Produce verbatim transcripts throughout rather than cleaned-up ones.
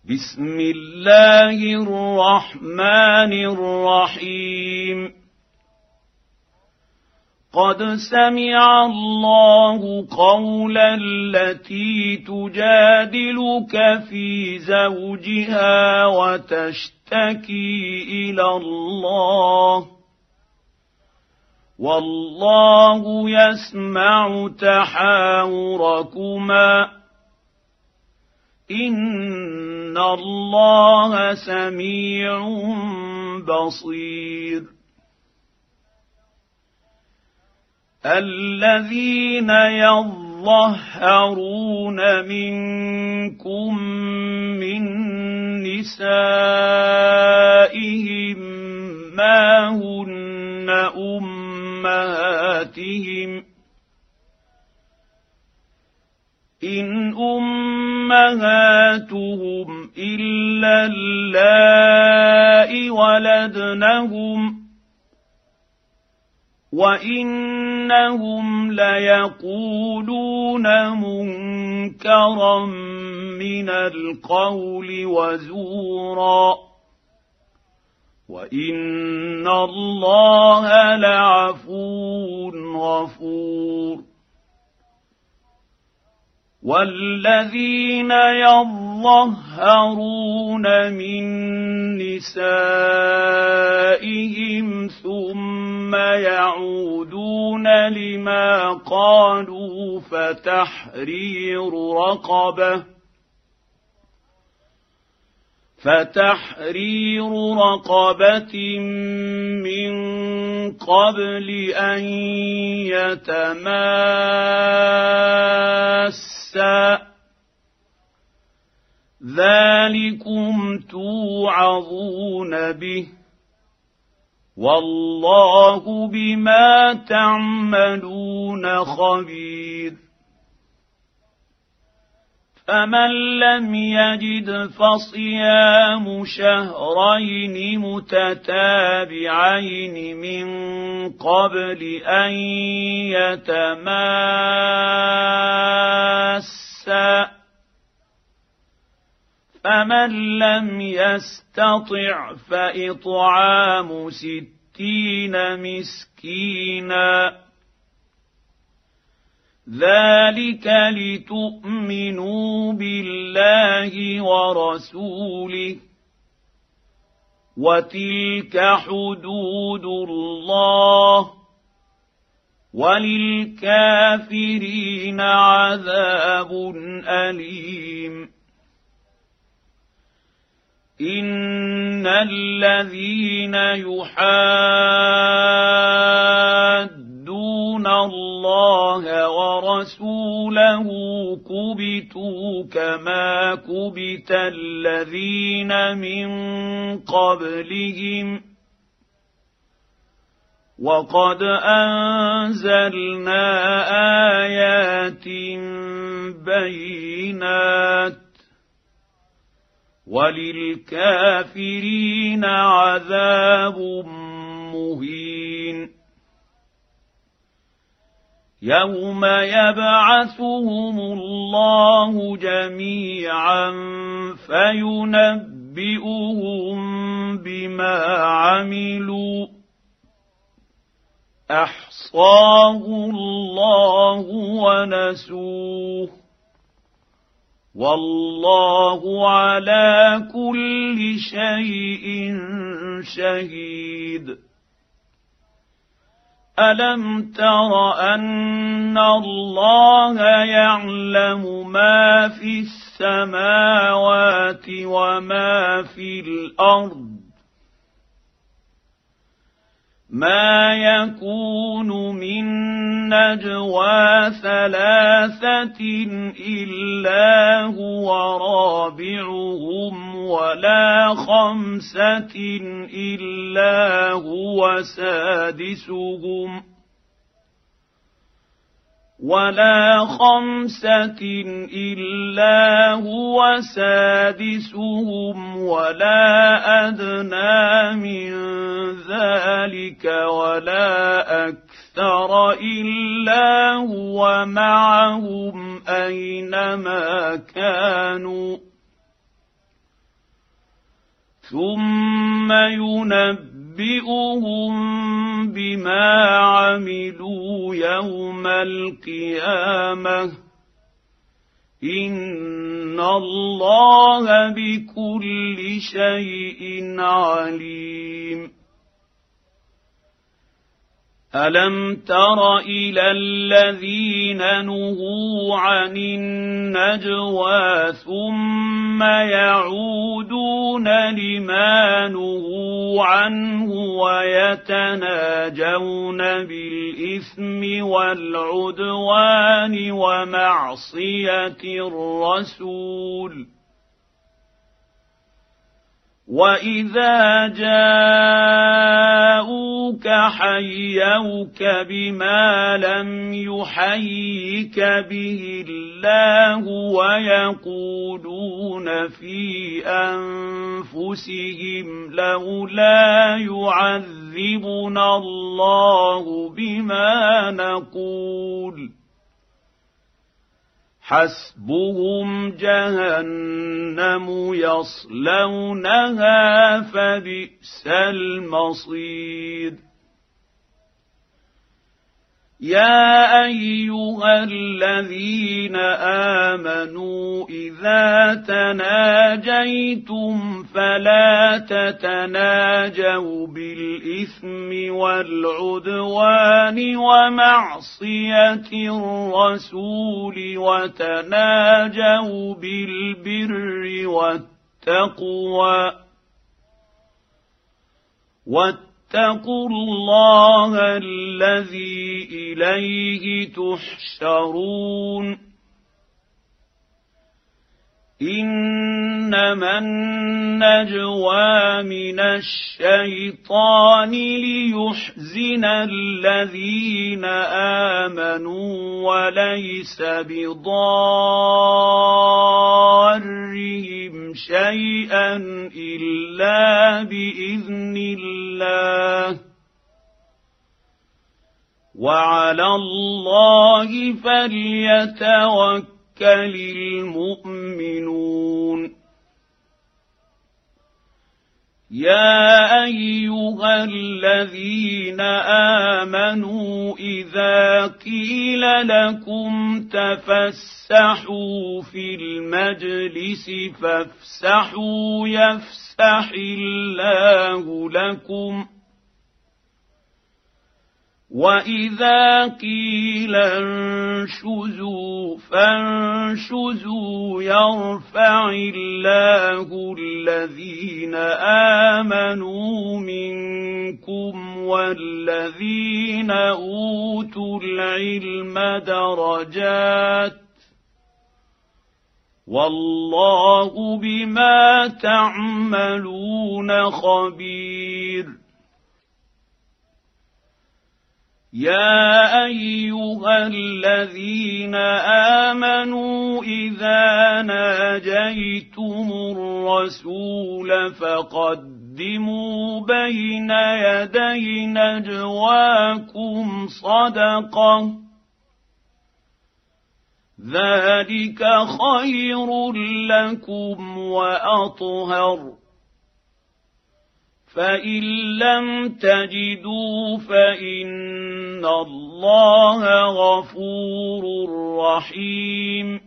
بسم الله الرحمن الرحيم قد سمع الله قول التي تجادلك في زوجها وتشتكي إلى الله والله يسمع تحاوركما إن الله سميع بصير الذين يظهرون منكم من نسائهم ما هن أمهاتهم إن أمهاتهم إلا اللائي ولدنهم وإنهم ليقولون منكرا من القول وزورا وإن الله لعفو غفور والذين يظهرون من نسائهم ثم يعودون لما قالوا فتحرير رقبة فتحرير رقبة من قبل أن يتماسا ذلكم توعظون به والله بما تعملون خبير فمن لم يجد فصيام شهرين متتابعين من قبل أن يتماسا فمن لم يستطع فإطعام ستين مسكينا ذلك لتؤمنوا بالله ورسوله وتلك حدود الله وللكافرين عذاب أليم إن الذين يحادون الله ورسوله كبتوا كما كبت الذين من قبلهم وقد أنزلنا آيات بينات وللكافرين عذاب مهين يوم يبعثهم الله جميعا فينبئهم بما عملوا أحصاه الله ونسوه والله على كل شيء شهيد ألم تر أن الله يعلم ما في السماوات وما في الأرض ما يكون من نجوى ثلاثة إلا هو رابعهم ولا خمسة إلا هو سادسهم ولا خمسة إلا هو سادسهم ولا أدنى من ذلك ولا أكثر إلا هو معهم أينما كانوا ثم ينبئهم بما عملوا يوم القيامه ان الله بكل شيء عليم. الم تر الى الذين نهوا عن النجوى ثم يعودون لما نهوا عنه ويتناجون بالاثم والعدوان ومعصيه الرسول واذا جاءوك حيوك بما لم يحيك به الله ويقولون في انفسهم لولا يعذبنا الله بما نقول حسبهم جهنم يصلونها فبئس المصير. يا ايها الذين امنوا اذا تناجيتم فلا تتناجوا بالاثم والعدوان ومعصيه الرسول وتناجوا بالبر والتقوى واتقوا الله الذي اليه تحشرون. انما النجوى من الشيطان ليحزن الذين امنوا وليس بضارهم شيئا الا باذن الله وعلى الله فليتوكل المؤمنون. يا ايها الذين امنوا اذا قيل لكم تفسحوا في المجلس فافسحوا يفسح الله لكم واذا قيل انشزوا فانشزوا يرفع الله الذين امنوا منكم والذين اوتوا العلم درجات والله بما تعملون خبير. يا ايها الذين امنوا اذا ناجيتم الرسول فقدموا بين يدي نجواكم صدقه ذلك خير لكم واطهر فان لم تجدوا فان الله غفور رحيم.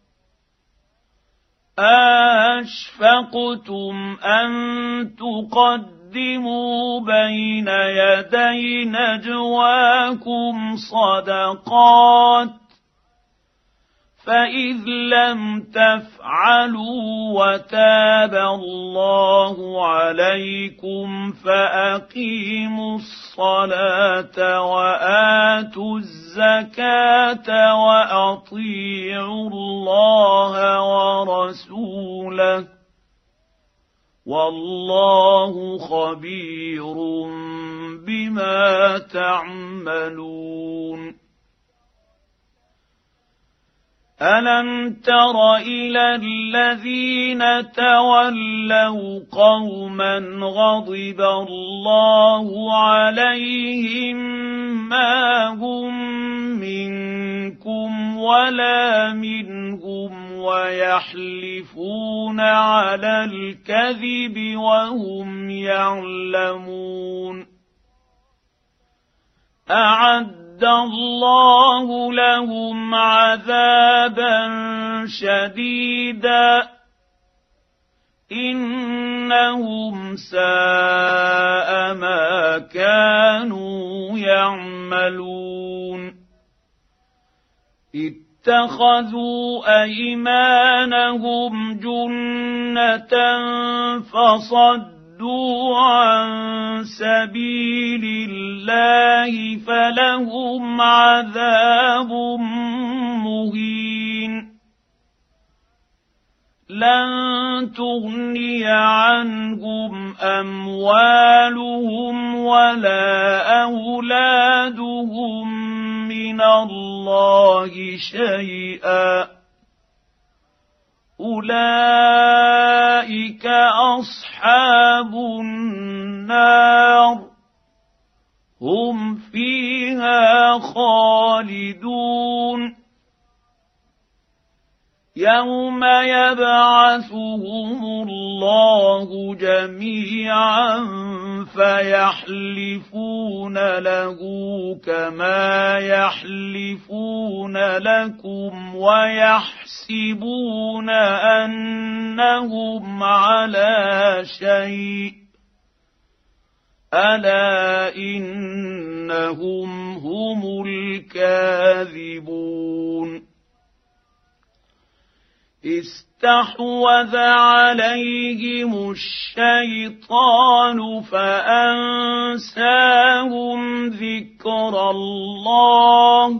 أَأَشْفَقْتُمْ أَن تُقَدِّمُوا بَيْنَ يَدَيْ نَجْوَاكُمْ صَدَقَاتٍ فإذ لم تفعلوا وتاب الله عليكم فأقيموا الصلاة وآتوا الزكاة وأطيعوا الله ورسوله والله خبير بما تعملون. ألم تر إلى الذين تولوا قوما غضب الله عليهم ما هم منكم ولا منهم ويحلفون على الكذب وهم يعلمون أعد الله لهم عذابا شديدا إنهم ساء ما كانوا يعملون اتخذوا أيمانهم جنة فصدوا عن سبيل الله فلهم عذاب مهين لن تغني عنهم أموالهم ولا أولادهم من الله شيئا أولئك أصحاب النار هم فيها خالدون يوم يبعثهم الله جميعا فيحلفون له كما يحلفون لكم ويحسبون أنهم على شيء ألا إنهم هم الكاذبون استحوذ عليهم الشيطان فأنساهم ذكر الله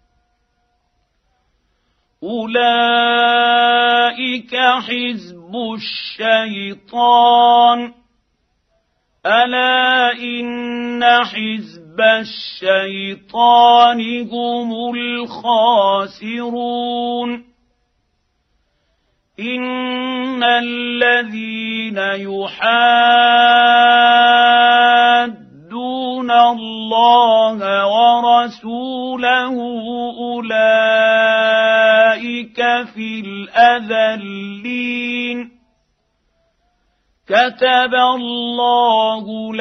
أولئك حزب الشيطان ألا إن حزب الشيطان هم الخاسرون إن الذين يحادون الله ورسوله أولئك في الأذلين كتب الله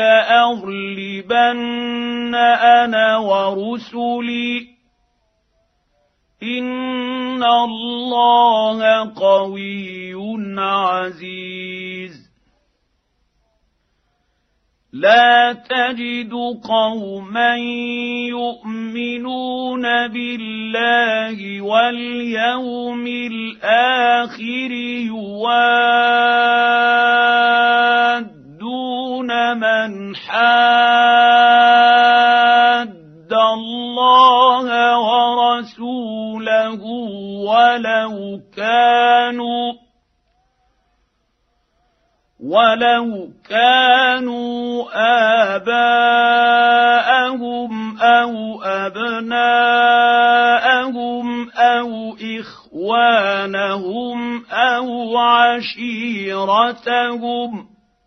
لأغلبن أنا ورسلي إن الله قوي عزيز لا تجد قوما يؤمنون بالله واليوم الآخر يوادون من حاد الله ورسوله ولو كانوا ولو كانوا آباءهم أو أبناءهم أو إخوانهم أو عشيرتهم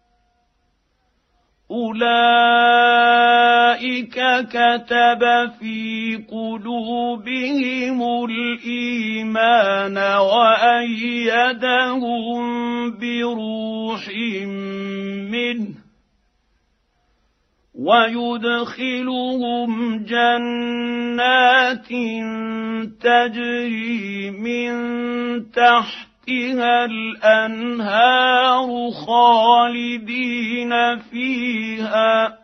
أولئك كتب في قلوبهم الإيمان وأيدهم بروح منه ويدخلهم جنات تجري من تحتها الأنهار خالدين فيها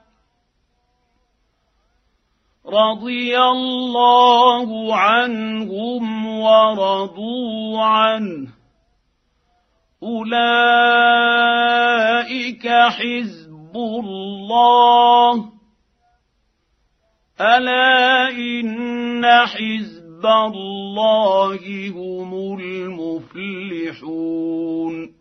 رضي الله عنهم ورضوا عنه أولئك حزب الله ألا إن حزب الله هم المفلحون